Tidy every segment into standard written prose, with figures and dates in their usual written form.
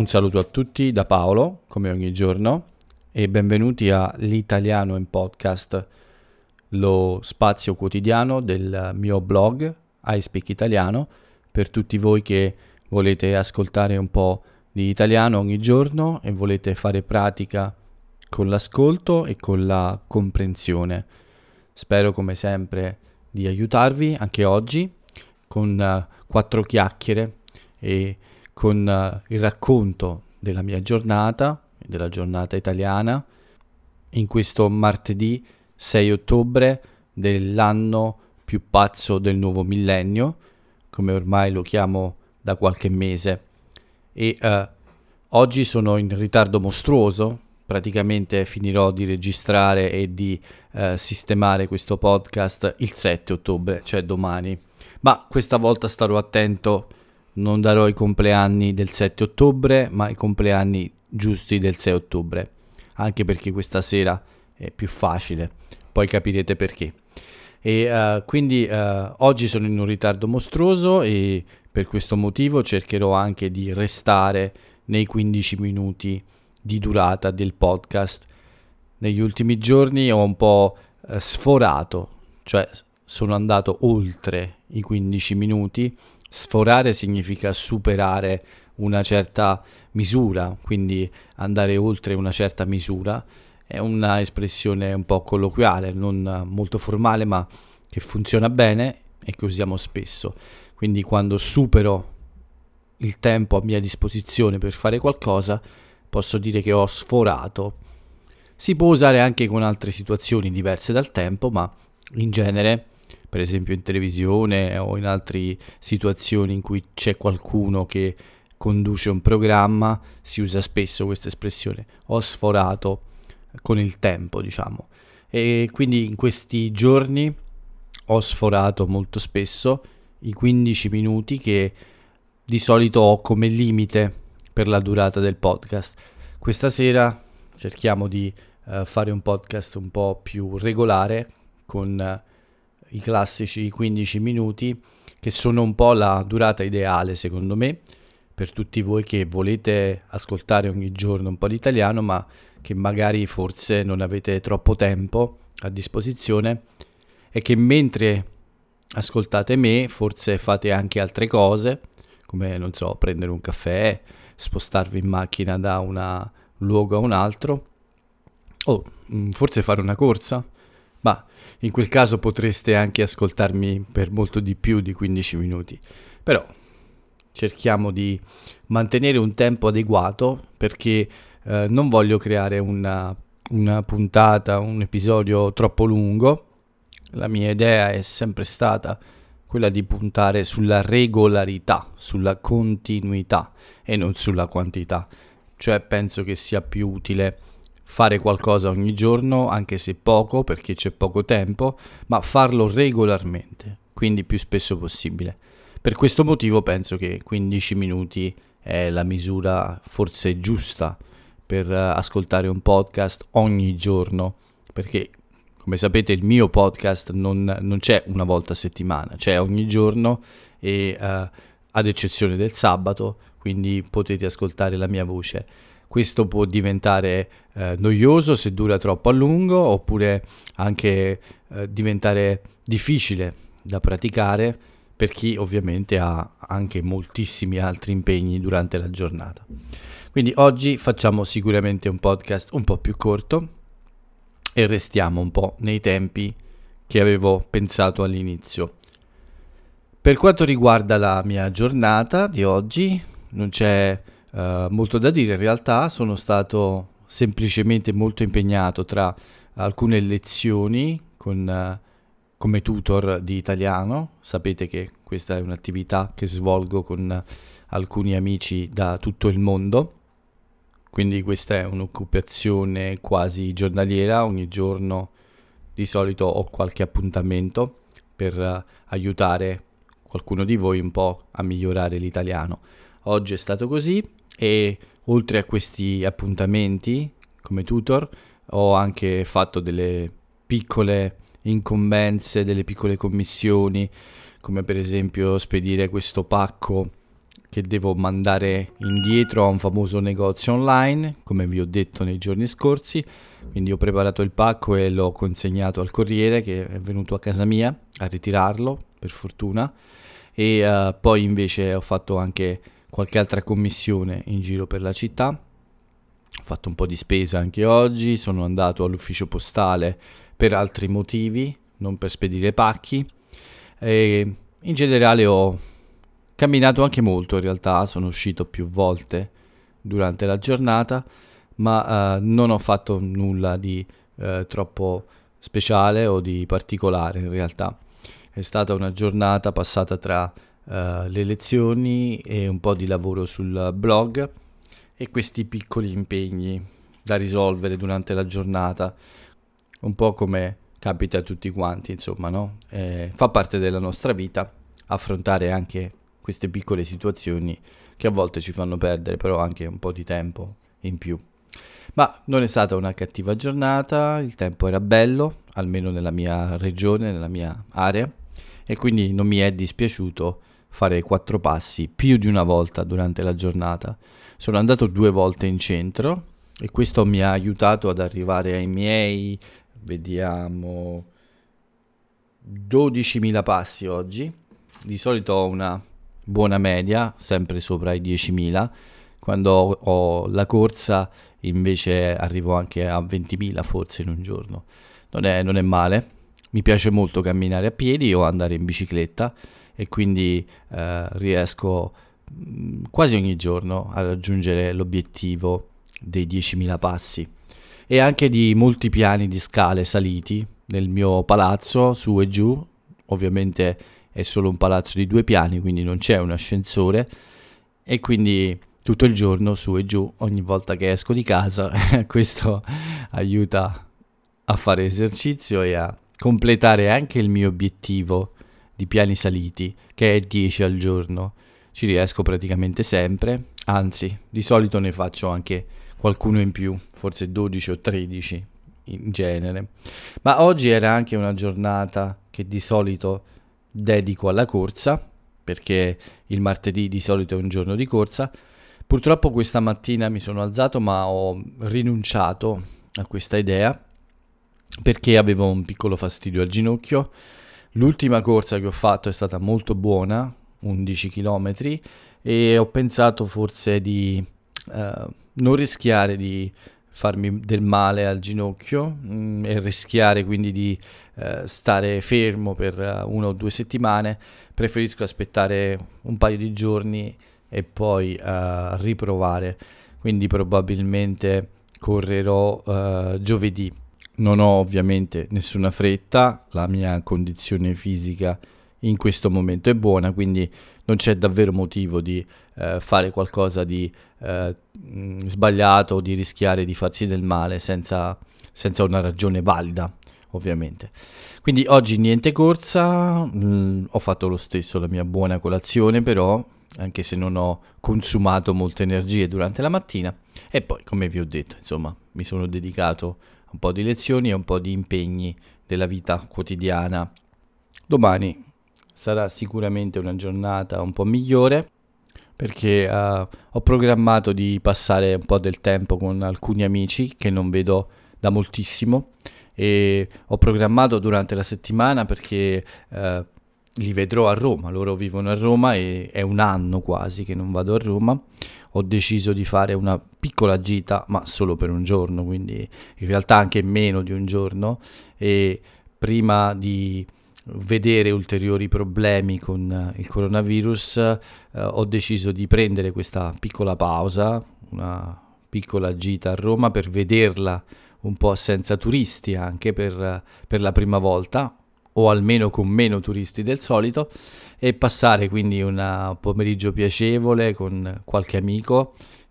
Un saluto a tutti da Paolo, come ogni giorno, e benvenuti a L'Italiano in Podcast, lo spazio quotidiano del mio blog I Speak Italiano, per tutti voi che volete ascoltare un po' di italiano ogni giorno e volete fare pratica con l'ascolto e con la comprensione. Spero come sempre di aiutarvi anche oggi con 4 chiacchiere e con il racconto della mia giornata, della giornata italiana, in questo martedì 6 ottobre dell'anno più pazzo del nuovo millennio, come ormai lo chiamo da qualche mese. E oggi sono in ritardo mostruoso, praticamente finirò di registrare e di sistemare questo podcast il 7 ottobre, cioè domani. Ma questa volta starò attento. Non darò i compleanni del 7 ottobre, ma i compleanni giusti del 6 ottobre, anche perché questa sera è più facile, poi capirete perché. Quindi oggi sono in un ritardo mostruoso e per questo motivo cercherò anche di restare nei 15 minuti di durata del podcast. Negli ultimi giorni ho un po' sforato, cioè sono andato oltre i 15 minuti. Sforare significa superare una certa misura, quindi andare oltre una certa misura. È una espressione un po' colloquiale, non molto formale, ma che funziona bene e che usiamo spesso. Quindi quando supero il tempo a mia disposizione per fare qualcosa, posso dire che ho sforato. Si può usare anche con altre situazioni diverse dal tempo, ma in genere, per esempio in televisione o in altre situazioni in cui c'è qualcuno che conduce un programma, si usa spesso questa espressione. Ho sforato con il tempo, diciamo. E quindi in questi giorni ho sforato molto spesso i 15 minuti che di solito ho come limite per la durata del podcast. Questa sera cerchiamo di fare un podcast un po' più regolare con i classici 15 minuti, che sono un po' la durata ideale secondo me per tutti voi che volete ascoltare ogni giorno un po' di italiano, ma che magari forse non avete troppo tempo a disposizione e che mentre ascoltate me forse fate anche altre cose, come non so, prendere un caffè, spostarvi in macchina da un luogo a un altro o forse fare una corsa. Ma in quel caso potreste anche ascoltarmi per molto di più di 15 minuti. Però cerchiamo di mantenere un tempo adeguato perché non voglio creare una puntata, un episodio troppo lungo. La mia idea è sempre stata quella di puntare sulla regolarità, sulla continuità e non sulla quantità. Cioè penso che sia più utile fare qualcosa ogni giorno, anche se poco, perché c'è poco tempo, ma farlo regolarmente, quindi più spesso possibile. Per questo motivo penso che 15 minuti è la misura forse giusta per ascoltare un podcast ogni giorno, perché come sapete il mio podcast non c'è una volta a settimana, c'è ogni giorno e ad eccezione del sabato, quindi potete ascoltare la mia voce. Questo può diventare noioso se dura troppo a lungo, oppure anche diventare difficile da praticare per chi ovviamente ha anche moltissimi altri impegni durante la giornata. Quindi oggi facciamo sicuramente un podcast un po' più corto e restiamo un po' nei tempi che avevo pensato all'inizio. Per quanto riguarda la mia giornata di oggi, non c'è molto da dire. In realtà sono stato semplicemente molto impegnato tra alcune lezioni come tutor di italiano. Sapete che questa è un'attività che svolgo con alcuni amici da tutto il mondo, quindi questa è un'occupazione quasi giornaliera. Ogni giorno di solito ho qualche appuntamento per aiutare qualcuno di voi un po' a migliorare l'italiano. Oggi è stato così e oltre a questi appuntamenti come tutor ho anche fatto delle piccole incombenze, delle piccole commissioni, come per esempio spedire questo pacco che devo mandare indietro a un famoso negozio online, come vi ho detto nei giorni scorsi. Quindi ho preparato il pacco e l'ho consegnato al corriere che è venuto a casa mia a ritirarlo, per fortuna. E poi invece ho fatto anche qualche altra commissione in giro per la città. Ho fatto un po' di spesa anche oggi, sono andato all'ufficio postale per altri motivi, non per spedire pacchi. E in generale ho camminato anche molto, in realtà sono uscito più volte durante la giornata, ma non ho fatto nulla di troppo speciale o di particolare in realtà. È stata una giornata passata tra le lezioni e un po' di lavoro sul blog e questi piccoli impegni da risolvere durante la giornata, un po' come capita a tutti quanti, insomma, no? Fa parte della nostra vita affrontare anche queste piccole situazioni che a volte ci fanno perdere però anche un po' di tempo in più. Ma non è stata una cattiva giornata, il tempo era bello, almeno nella mia regione, nella mia area, e quindi non mi è dispiaciuto fare 4 passi più di una volta durante la giornata. Sono andato 2 volte in centro e questo mi ha aiutato ad arrivare ai miei, vediamo, 12.000 passi oggi. Di solito ho una buona media, sempre sopra i 10.000. Quando ho la corsa invece arrivo anche a 20.000 forse in un giorno. Non è male. Mi piace molto camminare a piedi o andare in bicicletta e quindi riesco quasi ogni giorno a raggiungere l'obiettivo dei 10.000 passi e anche di molti piani di scale saliti nel mio palazzo, su e giù. Ovviamente è solo un palazzo di 2 piani, quindi non c'è un ascensore e quindi tutto il giorno su e giù ogni volta che esco di casa. Questo aiuta a fare esercizio e a completare anche il mio obiettivo di piani saliti, che è 10 al giorno. Ci riesco praticamente sempre, anzi di solito ne faccio anche qualcuno in più, forse 12 o 13 in genere. Ma oggi era anche una giornata che di solito dedico alla corsa, perché il martedì di solito è un giorno di corsa. Purtroppo questa mattina mi sono alzato ma ho rinunciato a questa idea perché avevo un piccolo fastidio al ginocchio. L'ultima corsa che ho fatto è stata molto buona, 11 km, e ho pensato forse di non rischiare di farmi del male al ginocchio e rischiare quindi di stare fermo per 1 o 2 settimane. Preferisco aspettare un paio di giorni e poi riprovare. Quindi probabilmente correrò giovedì. Non ho ovviamente nessuna fretta, la mia condizione fisica in questo momento è buona, quindi non c'è davvero motivo di fare qualcosa di sbagliato o di rischiare di farsi del male senza una ragione valida, ovviamente. Quindi oggi niente corsa, ho fatto lo stesso la mia buona colazione però, anche se non ho consumato molte energie durante la mattina, e poi come vi ho detto, insomma, mi sono dedicato a un po' di lezioni e un po' di impegni della vita quotidiana. Domani sarà sicuramente una giornata un po' migliore perché ho programmato di passare un po' del tempo con alcuni amici che non vedo da moltissimo e ho programmato durante la settimana perché li vedrò a Roma. Loro vivono a Roma e è un anno quasi che non vado a Roma. Ho deciso di fare una piccola gita, ma solo per un giorno, quindi in realtà anche meno di un giorno, e prima di vedere ulteriori problemi con il coronavirus ho deciso di prendere questa piccola pausa, una piccola gita a Roma per vederla un po' senza turisti anche per la prima volta, o almeno con meno turisti del solito, e passare quindi un pomeriggio piacevole con qualche amico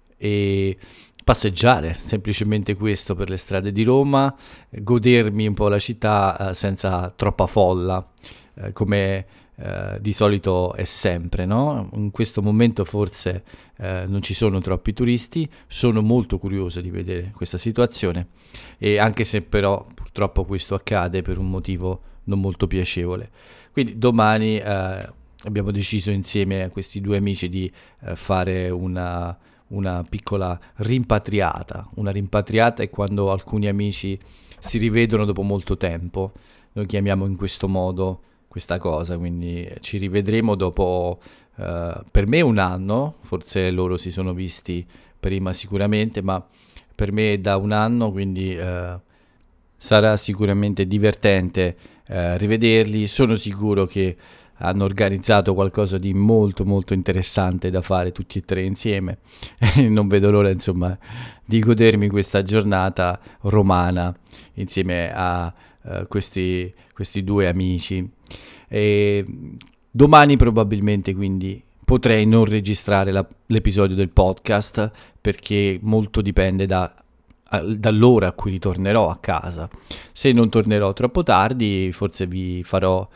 e passeggiare, semplicemente questo, per le strade di Roma, godermi un po' la città senza troppa folla, come di solito è sempre, no? In questo momento forse non ci sono troppi turisti, sono molto curioso di vedere questa situazione, e anche se però purtroppo questo accade per un motivo non molto piacevole. Quindi domani abbiamo deciso insieme a questi due amici di fare una piccola rimpatriata. Una rimpatriata è quando alcuni amici si rivedono dopo molto tempo. Noi chiamiamo in questo modo questa cosa, quindi ci rivedremo dopo per me un anno, forse loro si sono visti prima sicuramente, ma per me è da un anno, quindi sarà sicuramente divertente rivederli. Sono sicuro che hanno organizzato qualcosa di molto molto interessante da fare tutti e tre insieme. Non vedo l'ora, insomma, di godermi questa giornata romana insieme a questi due amici. E domani probabilmente quindi potrei non registrare l'episodio del podcast, perché molto dipende dall'ora a cui ritornerò a casa. Se non tornerò troppo tardi, forse vi farò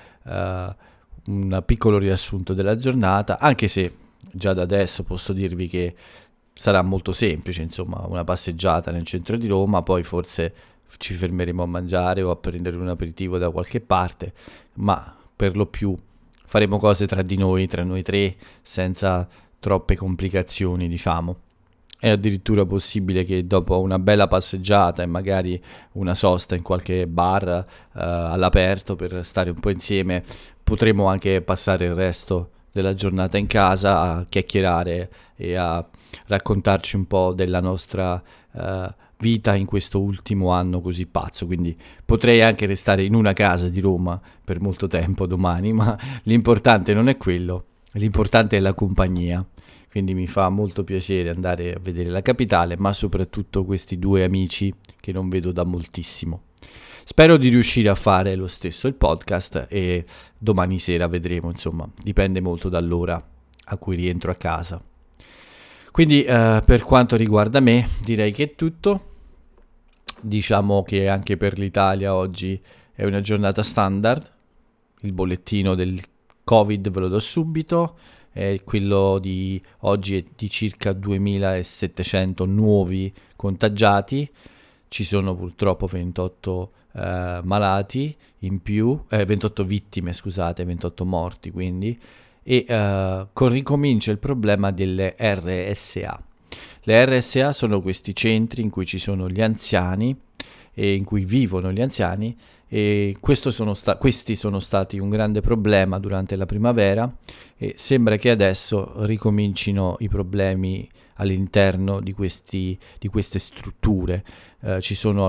un piccolo riassunto della giornata, anche se già da adesso posso dirvi che sarà molto semplice, insomma, una passeggiata nel centro di Roma, poi forse ci fermeremo a mangiare o a prendere un aperitivo da qualche parte, ma per lo più faremo cose tra noi tre, senza troppe complicazioni, diciamo. È addirittura possibile che dopo una bella passeggiata e magari una sosta in qualche bar all'aperto per stare un po' insieme, potremo anche passare il resto della giornata in casa a chiacchierare e a raccontarci un po' della nostra vita in questo ultimo anno così pazzo. Quindi potrei anche restare in una casa di Roma per molto tempo domani, ma l'importante non è quello, l'importante è la compagnia. Quindi mi fa molto piacere andare a vedere la capitale, ma soprattutto questi due amici che non vedo da moltissimo. Spero di riuscire a fare lo stesso il podcast e domani sera vedremo, insomma, dipende molto dall'ora a cui rientro a casa. Quindi per quanto riguarda me, direi che è tutto. Diciamo che anche per l'Italia oggi è una giornata standard. Il bollettino del Covid ve lo do subito. Quello di oggi è di circa 2700 nuovi contagiati. Ci sono purtroppo 28 malati in più, 28 vittime, scusate, 28 morti quindi, e ricomincia il problema delle RSA. Le RSA sono questi centri in cui ci sono gli anziani e in cui vivono gli anziani, e questi sono stati un grande problema durante la primavera, e sembra che adesso ricomincino i problemi all'interno di queste strutture. Ci sono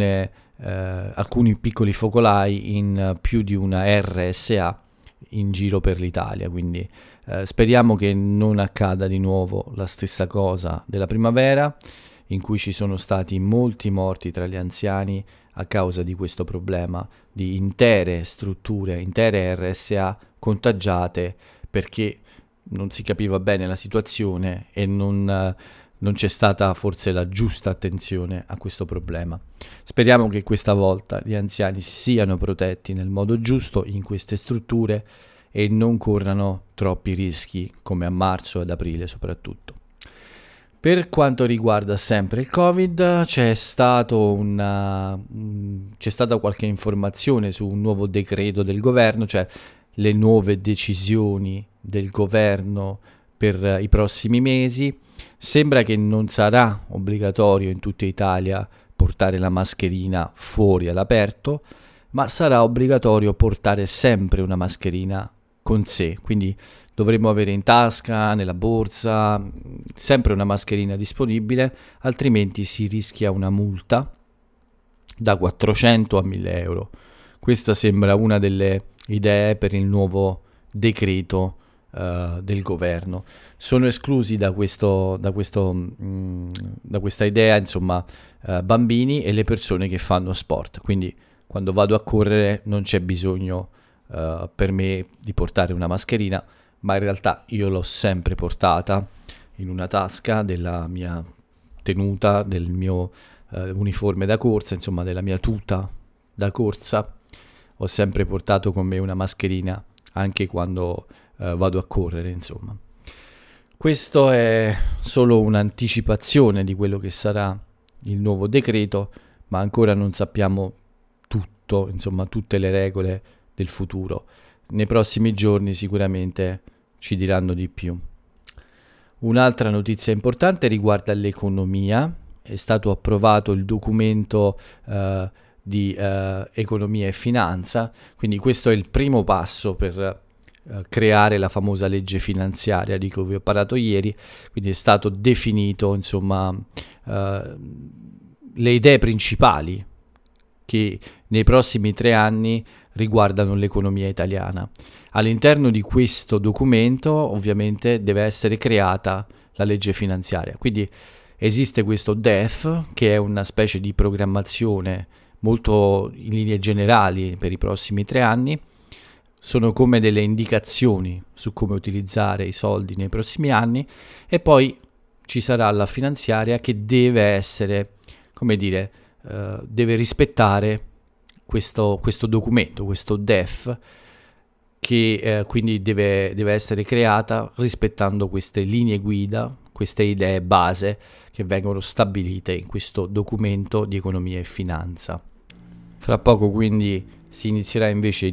alcuni piccoli focolai in più di una RSA in giro per l'Italia, quindi speriamo che non accada di nuovo la stessa cosa della primavera, in cui ci sono stati molti morti tra gli anziani a causa di questo problema di intere strutture, intere RSA contagiate, perché non si capiva bene la situazione e non c'è stata forse la giusta attenzione a questo problema. Speriamo che questa volta gli anziani siano protetti nel modo giusto in queste strutture e non corrano troppi rischi come a marzo ed aprile soprattutto. Per quanto riguarda sempre il Covid, c'è stata qualche informazione su un nuovo decreto del governo, cioè le nuove decisioni del governo per i prossimi mesi. Sembra che non sarà obbligatorio in tutta Italia portare la mascherina fuori all'aperto, ma sarà obbligatorio portare sempre una mascherina con sé, quindi dovremo avere in tasca, nella borsa, sempre una mascherina disponibile, altrimenti si rischia una multa da 400 a 1000 euro. Questa sembra una delle idee per il nuovo decreto del governo. Sono esclusi da questa idea, insomma, bambini e le persone che fanno sport. Quindi quando vado a correre non c'è bisogno per me di portare una mascherina, ma in realtà io l'ho sempre portata in una tasca della mia tenuta, del mio uniforme da corsa, insomma della mia tuta da corsa. Ho sempre portato con me una mascherina anche quando vado a correre, insomma. Questo è solo un'anticipazione di quello che sarà il nuovo decreto, ma ancora non sappiamo tutto, insomma tutte le regole del futuro. nei prossimi giorni sicuramente ci diranno di più. Un'altra notizia importante riguarda l'economia. È stato approvato il documento di economia e finanza, quindi questo è il primo passo per creare la famosa legge finanziaria di cui vi ho parlato ieri. Quindi è stato definito, insomma, le idee principali che nei prossimi 3 anni riguardano l'economia italiana. All'interno di questo documento ovviamente deve essere creata la legge finanziaria, quindi esiste questo DEF che è una specie di programmazione molto in linee generali per i prossimi 3 anni, sono come delle indicazioni su come utilizzare i soldi nei prossimi anni, e poi ci sarà la finanziaria che deve essere, come dire, deve rispettare questo documento, questo DEF, che quindi deve essere creata rispettando queste linee guida, queste idee base che vengono stabilite in questo documento di economia e finanza. Fra poco quindi si inizierà invece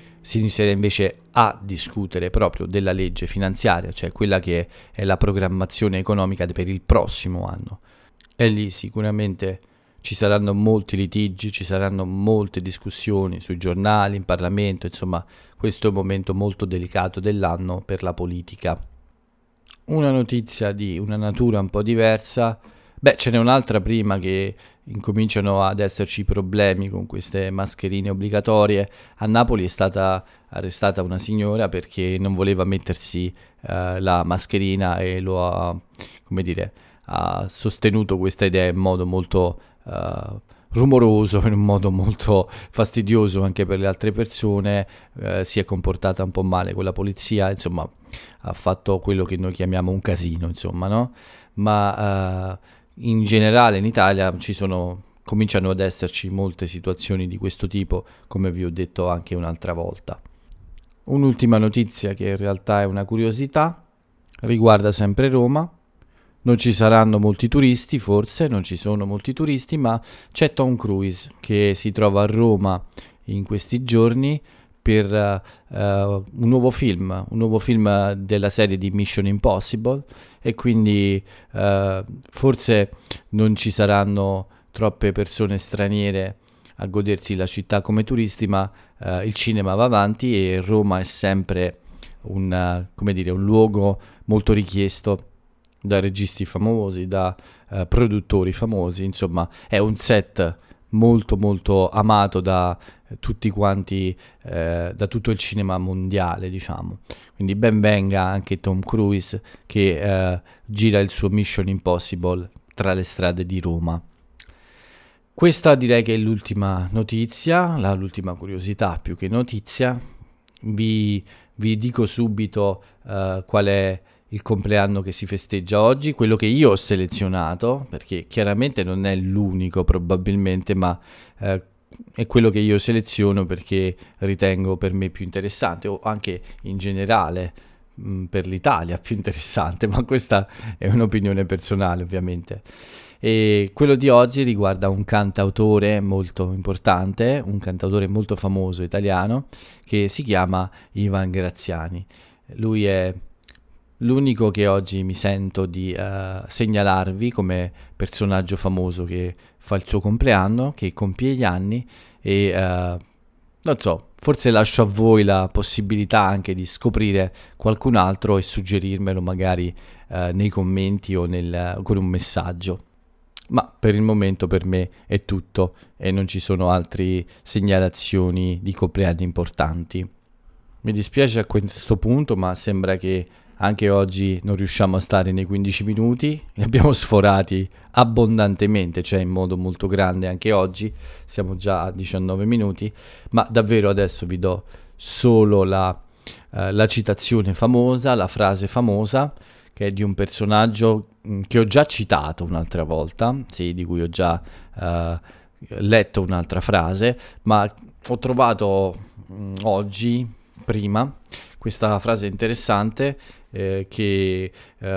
a discutere proprio della legge finanziaria, cioè quella che è la programmazione economica per il prossimo anno. E lì sicuramente ci saranno molti litigi, ci saranno molte discussioni sui giornali, in Parlamento, insomma, questo è un momento molto delicato dell'anno per la politica. Una notizia di una natura un po' diversa, ce n'è un'altra prima che incominciano ad esserci problemi con queste mascherine obbligatorie. A Napoli è stata arrestata una signora perché non voleva mettersi la mascherina e ha sostenuto questa idea in modo molto rumoroso, in un modo molto fastidioso anche per le altre persone, si è comportata un po' male con la polizia, insomma ha fatto quello che noi chiamiamo un casino, insomma, no? Ma in generale in Italia cominciano ad esserci molte situazioni di questo tipo, come vi ho detto anche un'altra volta. Un'ultima notizia che in realtà è una curiosità, riguarda sempre Roma. Non ci saranno molti turisti, forse non ci sono molti turisti, ma c'è Tom Cruise che si trova a Roma in questi giorni per un nuovo film della serie di Mission Impossible, e quindi forse non ci saranno troppe persone straniere a godersi la città come turisti, ma il cinema va avanti e Roma è sempre un luogo molto richiesto da registi famosi, da produttori famosi, insomma è un set molto molto amato da tutti quanti, da tutto il cinema mondiale, diciamo. Quindi ben venga anche Tom Cruise che gira il suo Mission Impossible tra le strade di Roma. Questa direi che è l'ultima notizia, l'ultima curiosità più che notizia. Vi dico subito qual è il compleanno che si festeggia oggi, quello che io ho selezionato, perché chiaramente non è l'unico probabilmente, ma è quello che io seleziono perché ritengo per me più interessante, o anche in generale per l'Italia più interessante, ma questa è un'opinione personale ovviamente. E quello di oggi riguarda un cantautore molto importante, un cantautore molto famoso italiano che si chiama Ivan Graziani. Lui è l'unico che oggi mi sento di segnalarvi come personaggio famoso che fa il suo compleanno, che compie gli anni, e non so, forse lascio a voi la possibilità anche di scoprire qualcun altro e suggerirmelo magari nei commenti o con un messaggio. Ma per il momento per me è tutto e non ci sono altre segnalazioni di compleanni importanti. Mi dispiace a questo punto, ma sembra che anche oggi non riusciamo a stare nei 15 minuti, li abbiamo sforati abbondantemente, cioè in modo molto grande anche oggi, siamo già a 19 minuti, ma davvero adesso vi do solo la citazione famosa, la frase famosa, che è di un personaggio che ho già citato un'altra volta, sì, di cui ho già letto un'altra frase, ma ho trovato oggi, prima, questa frase interessante che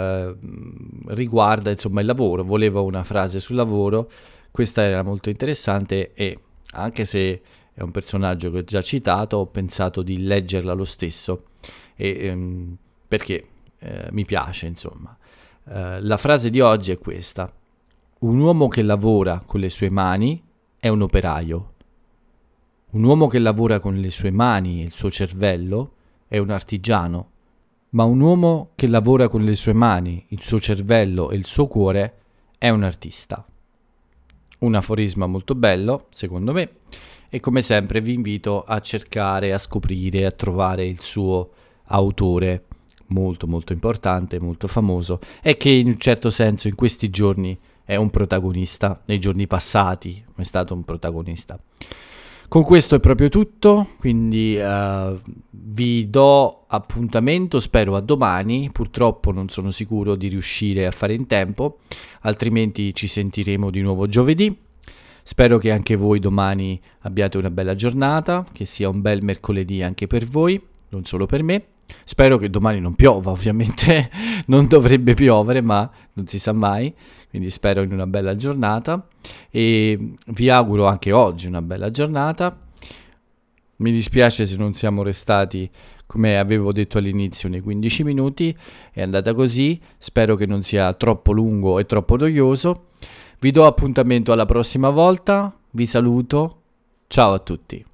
riguarda insomma il lavoro. Volevo una frase sul lavoro, questa era molto interessante, e anche se è un personaggio che ho già citato, ho pensato di leggerla lo stesso, perché mi piace, insomma. La frase di oggi è questa: un uomo che lavora con le sue mani è un operaio. Un uomo che lavora con le sue mani e il suo cervello è un artigiano, ma un uomo che lavora con le sue mani, il suo cervello e il suo cuore è un artista. Un aforisma molto bello, secondo me, e come sempre vi invito a cercare, a scoprire, a trovare il suo autore molto molto importante, molto famoso, e che in un certo senso in questi giorni è un protagonista, nei giorni passati è stato un protagonista. Con questo è proprio tutto, quindi vi do appuntamento, spero a domani. Purtroppo non sono sicuro di riuscire a fare in tempo, altrimenti ci sentiremo di nuovo giovedì. Spero che anche voi domani abbiate una bella giornata, che sia un bel mercoledì anche per voi, non solo per me. Spero che domani non piova, ovviamente non dovrebbe piovere, ma non si sa mai, quindi spero in una bella giornata e vi auguro anche oggi una bella giornata. Mi dispiace se non siamo restati, come avevo detto all'inizio, nei 15 minuti, è andata così, spero che non sia troppo lungo e troppo noioso. Vi do appuntamento alla prossima volta, vi saluto, ciao a tutti.